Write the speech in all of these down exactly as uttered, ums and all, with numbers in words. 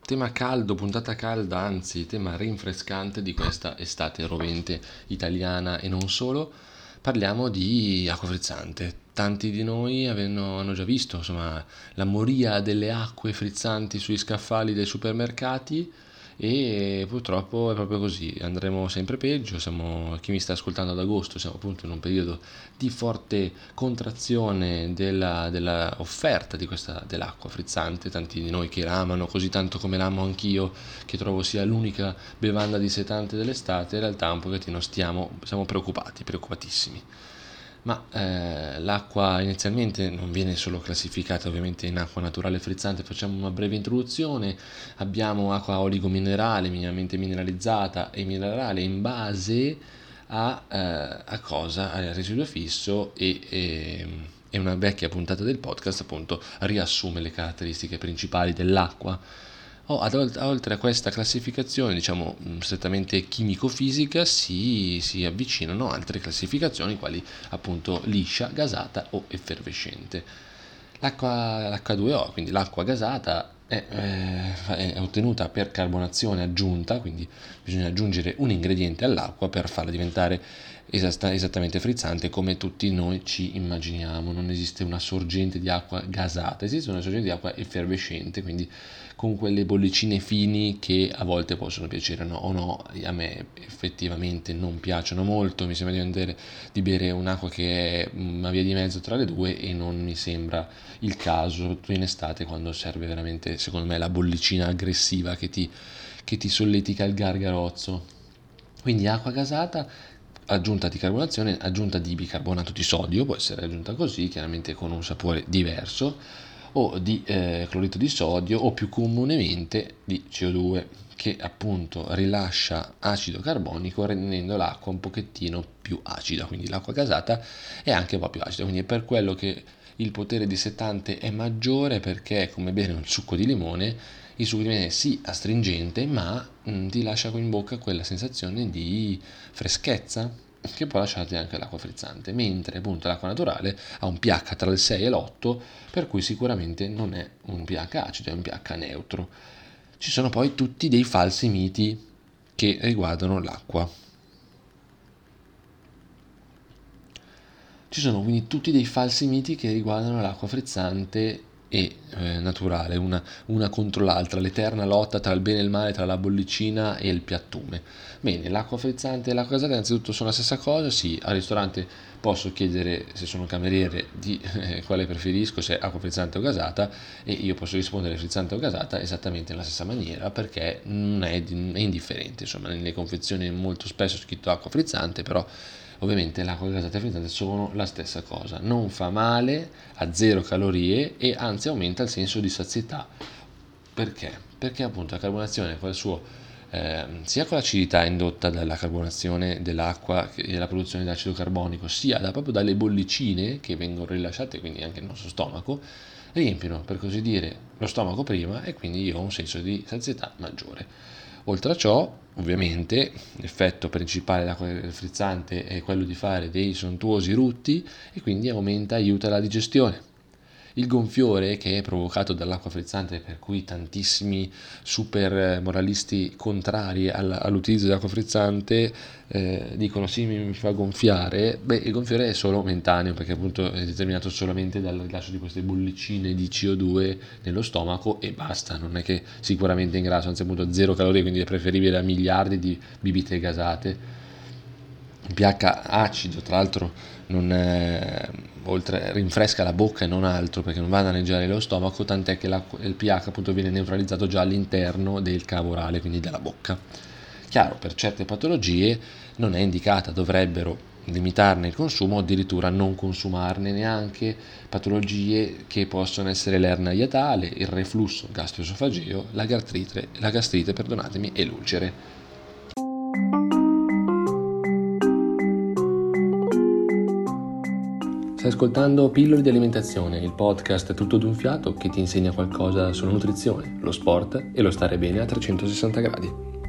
Tema caldo, puntata calda, anzi tema rinfrescante di questa estate rovente italiana e non solo. Parliamo di acqua frizzante. Tanti di noi avevano- hanno già visto, insomma, la moria delle acque frizzanti sugli scaffali dei supermercati e purtroppo è proprio così, andremo sempre peggio. Siamo, chi mi sta ascoltando ad agosto, siamo appunto in un periodo di forte contrazione della, della offerta di questa, dell'acqua frizzante. Tanti di noi che la amano così tanto come l'amo anch'io, che trovo sia l'unica bevanda dissetante dell'estate, in realtà un pochettino stiamo, siamo preoccupati, preoccupatissimi. Ma eh, l'acqua inizialmente non viene solo classificata ovviamente in acqua naturale frizzante. Facciamo una breve introduzione. Abbiamo acqua oligominerale, minimamente mineralizzata e minerale in base a, eh, a cosa? Al residuo fisso e, e, e una vecchia puntata del podcast appunto riassume le caratteristiche principali dell'acqua. Oh, ad, oltre a questa classificazione, diciamo strettamente chimico-fisica, si, si avvicinano altre classificazioni quali appunto liscia, gasata o effervescente. L'acqua, l'H due O, quindi l'acqua gasata, è, eh, è ottenuta per carbonazione aggiunta, quindi bisogna aggiungere un ingrediente all'acqua per farla diventare esatta, esattamente frizzante come tutti noi ci immaginiamo. Non esiste una sorgente di acqua gasata, esiste una sorgente di acqua effervescente, quindi con quelle bollicine fini che a volte possono piacere o no. A me effettivamente non piacciono molto, mi sembra di, andare, di bere un'acqua che è una via di mezzo tra le due e non mi sembra il caso, soprattutto in estate quando serve veramente, secondo me, la bollicina aggressiva che ti, che ti solletica il gargarozzo. Quindi acqua gasata, aggiunta di carbonazione, aggiunta di bicarbonato di sodio, può essere aggiunta così, chiaramente con un sapore diverso, o di eh, clorito di sodio, o più comunemente di C O due, che appunto rilascia acido carbonico rendendo l'acqua un pochettino più acida. Quindi l'acqua gasata è anche un po' più acida, quindi è per quello che il potere dissettante è maggiore, perché è come bere un succo di limone. Il succo di limone è sì astringente, ma mh, ti lascia in bocca quella sensazione di freschezza che può lasciarti anche l'acqua frizzante, mentre appunto l'acqua naturale ha un pH tra il sei e l'otto, per cui sicuramente non è un pH acido, è un pH neutro. Ci sono poi tutti dei falsi miti che riguardano l'acqua. Ci sono quindi tutti dei falsi miti che riguardano l'acqua frizzante e eh, naturale, una, una contro l'altra, l'eterna lotta tra il bene e il male, tra la bollicina e il piattume. Bene, l'acqua frizzante e l'acqua gasata innanzitutto sono la stessa cosa. Sì, al ristorante posso chiedere, se sono cameriere, di eh, quale preferisco, se acqua frizzante o gasata, e io posso rispondere frizzante o gasata esattamente nella stessa maniera, perché non è, è indifferente. Insomma, nelle confezioni molto spesso è scritto acqua frizzante, però ovviamente l'acqua gasata e frizzante sono la stessa cosa. Non fa male, ha zero calorie e anzi aumenta il senso di sazietà. Perché? Perché appunto la carbonazione con il suo eh, sia con l'acidità indotta dalla carbonazione dell'acqua e la produzione di acido carbonico, sia da, proprio dalle bollicine che vengono rilasciate, quindi anche il nostro stomaco, riempiono per così dire lo stomaco prima, e quindi io ho un senso di sazietà maggiore. Oltre a ciò, ovviamente, l'effetto principale dell'acqua frizzante è quello di fare dei sontuosi rutti, e quindi aumenta, aiuta la digestione. Il gonfiore che è provocato dall'acqua frizzante, per cui tantissimi super moralisti contrari all'utilizzo dell'acqua frizzante eh, dicono sì, mi fa gonfiare. Beh, il gonfiore è solo momentaneo, perché appunto è determinato solamente dal rilascio di queste bollicine di C O due nello stomaco e basta. Non è che sicuramente ingrassa, anzi appunto zero calorie, quindi è preferibile a miliardi di bibite gasate. Il pH acido, tra l'altro, non è, oltre, rinfresca la bocca e non altro, perché non va a danneggiare lo stomaco, tant'è che il pH appunto viene neutralizzato già all'interno del cavo orale, quindi della bocca. Chiaro, per certe patologie non è indicata, dovrebbero limitarne il consumo o addirittura non consumarne neanche. Patologie che possono essere l'ernia iatale, il reflusso gastroesofageo, la gastrite, la gastrite perdonatemi, e l'ulcere. Stai ascoltando Pillole di alimentazione, il podcast tutto d'un fiato che ti insegna qualcosa sulla nutrizione, lo sport e lo stare bene a trecentosessanta gradi.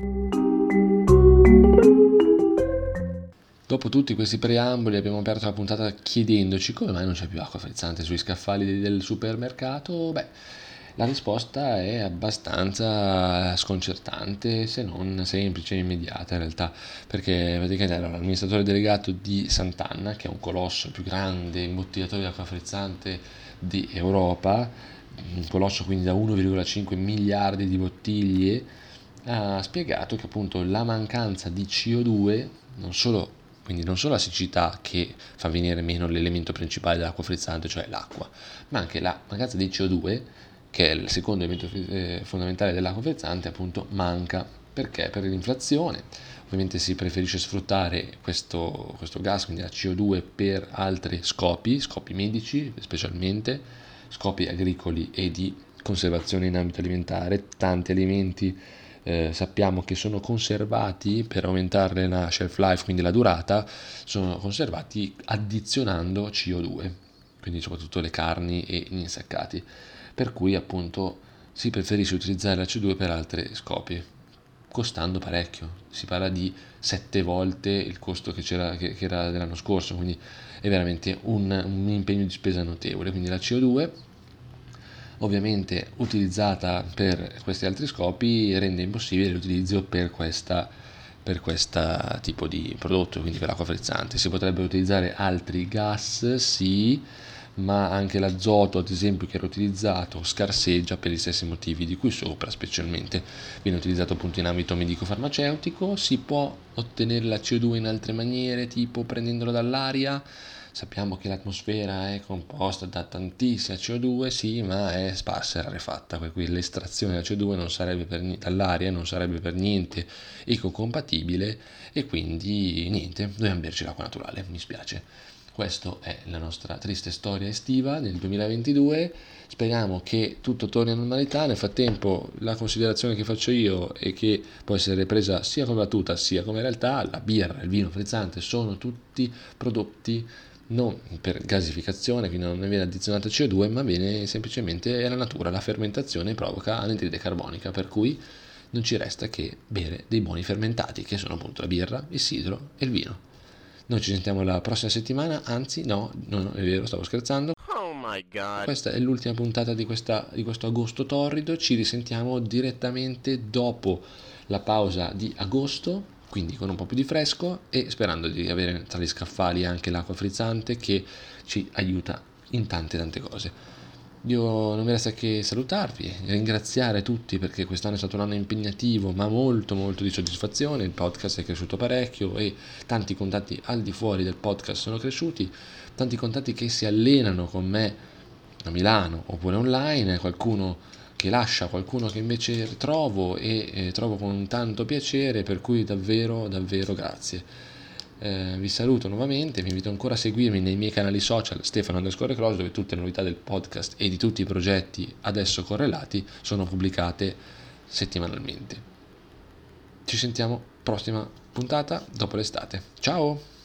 Dopo tutti questi preamboli abbiamo aperto la puntata chiedendoci come mai non c'è più acqua frizzante sui scaffali del supermercato. Beh, La risposta è abbastanza sconcertante, se non semplice e immediata in realtà, perché praticamente allora, l'amministratore delegato di Sant'Anna, che è un colosso più grande imbottigliatore di acqua frizzante di Europa, un colosso quindi da uno virgola cinque miliardi di bottiglie, ha spiegato che appunto la mancanza di C O due, non solo, quindi non solo la siccità che fa venire meno l'elemento principale dell'acqua frizzante, cioè l'acqua, ma anche la mancanza di C O due, che è il secondo elemento eh, fondamentale dell'acqua frizzante, appunto manca. Perché? Per l'inflazione. Ovviamente si preferisce sfruttare questo, questo gas, quindi la C O due, per altri scopi, scopi medici specialmente, scopi agricoli e di conservazione in ambito alimentare. Tanti alimenti eh, sappiamo che sono conservati per aumentarne la shelf life, quindi la durata, sono conservati addizionando C O due, quindi soprattutto le carni e gli insaccati, per cui appunto si preferisce utilizzare la C O due per altri scopi, costando parecchio. Si parla di sette volte il costo che, c'era, che, che era dell'anno scorso, quindi è veramente un, un impegno di spesa notevole. Quindi la C O due, ovviamente utilizzata per questi altri scopi, rende impossibile l'utilizzo per questa per questo tipo di prodotto, quindi per l'acqua frizzante. Si potrebbe utilizzare altri gas, sì, ma anche l'azoto, ad esempio, che era utilizzato scarseggia per gli stessi motivi di cui sopra, specialmente viene utilizzato appunto in ambito medico-farmaceutico. Si può ottenere la C O due in altre maniere, tipo prendendolo dall'aria. Sappiamo che l'atmosfera è composta da tantissima C O due, sì, ma è sparsa e rarefatta, per cui l'estrazione della C O due non sarebbe per, dall'aria non sarebbe per niente ecocompatibile, e quindi niente, dobbiamo berci l'acqua naturale, mi spiace. Questa è la nostra triste storia estiva nel duemilaventidue. Speriamo che tutto torni a normalità. Nel frattempo, la considerazione che faccio io e che può essere presa sia come battuta sia come realtà: la birra, il vino frizzante sono tutti prodotti non per gasificazione, quindi non viene addizionata C O due, ma viene semplicemente è la natura, la fermentazione provoca anidride carbonica, per cui non ci resta che bere dei buoni fermentati, che sono appunto la birra, il sidro e il vino. Noi ci sentiamo la prossima settimana, anzi no, non è vero, stavo scherzando. Oh my god. Questa è l'ultima puntata di, questa, di questo agosto torrido. Ci risentiamo direttamente dopo la pausa di agosto, quindi con un po' più di fresco, e sperando di avere tra gli scaffali anche l'acqua frizzante che ci aiuta in tante tante cose. Io non mi resta che salutarvi, ringraziare tutti, perché quest'anno è stato un anno impegnativo ma molto molto di soddisfazione. Il podcast è cresciuto parecchio e tanti contatti al di fuori del podcast sono cresciuti, tanti contatti che si allenano con me a Milano oppure online, qualcuno che lascia, qualcuno che invece ritrovo e eh, trovo con tanto piacere, per cui davvero davvero grazie. Eh, vi saluto nuovamente, vi invito ancora a seguirmi nei miei canali social Stefano underscore Cross, dove tutte le novità del podcast e di tutti i progetti adesso correlati sono pubblicate settimanalmente. Ci sentiamo prossima puntata dopo l'estate. Ciao!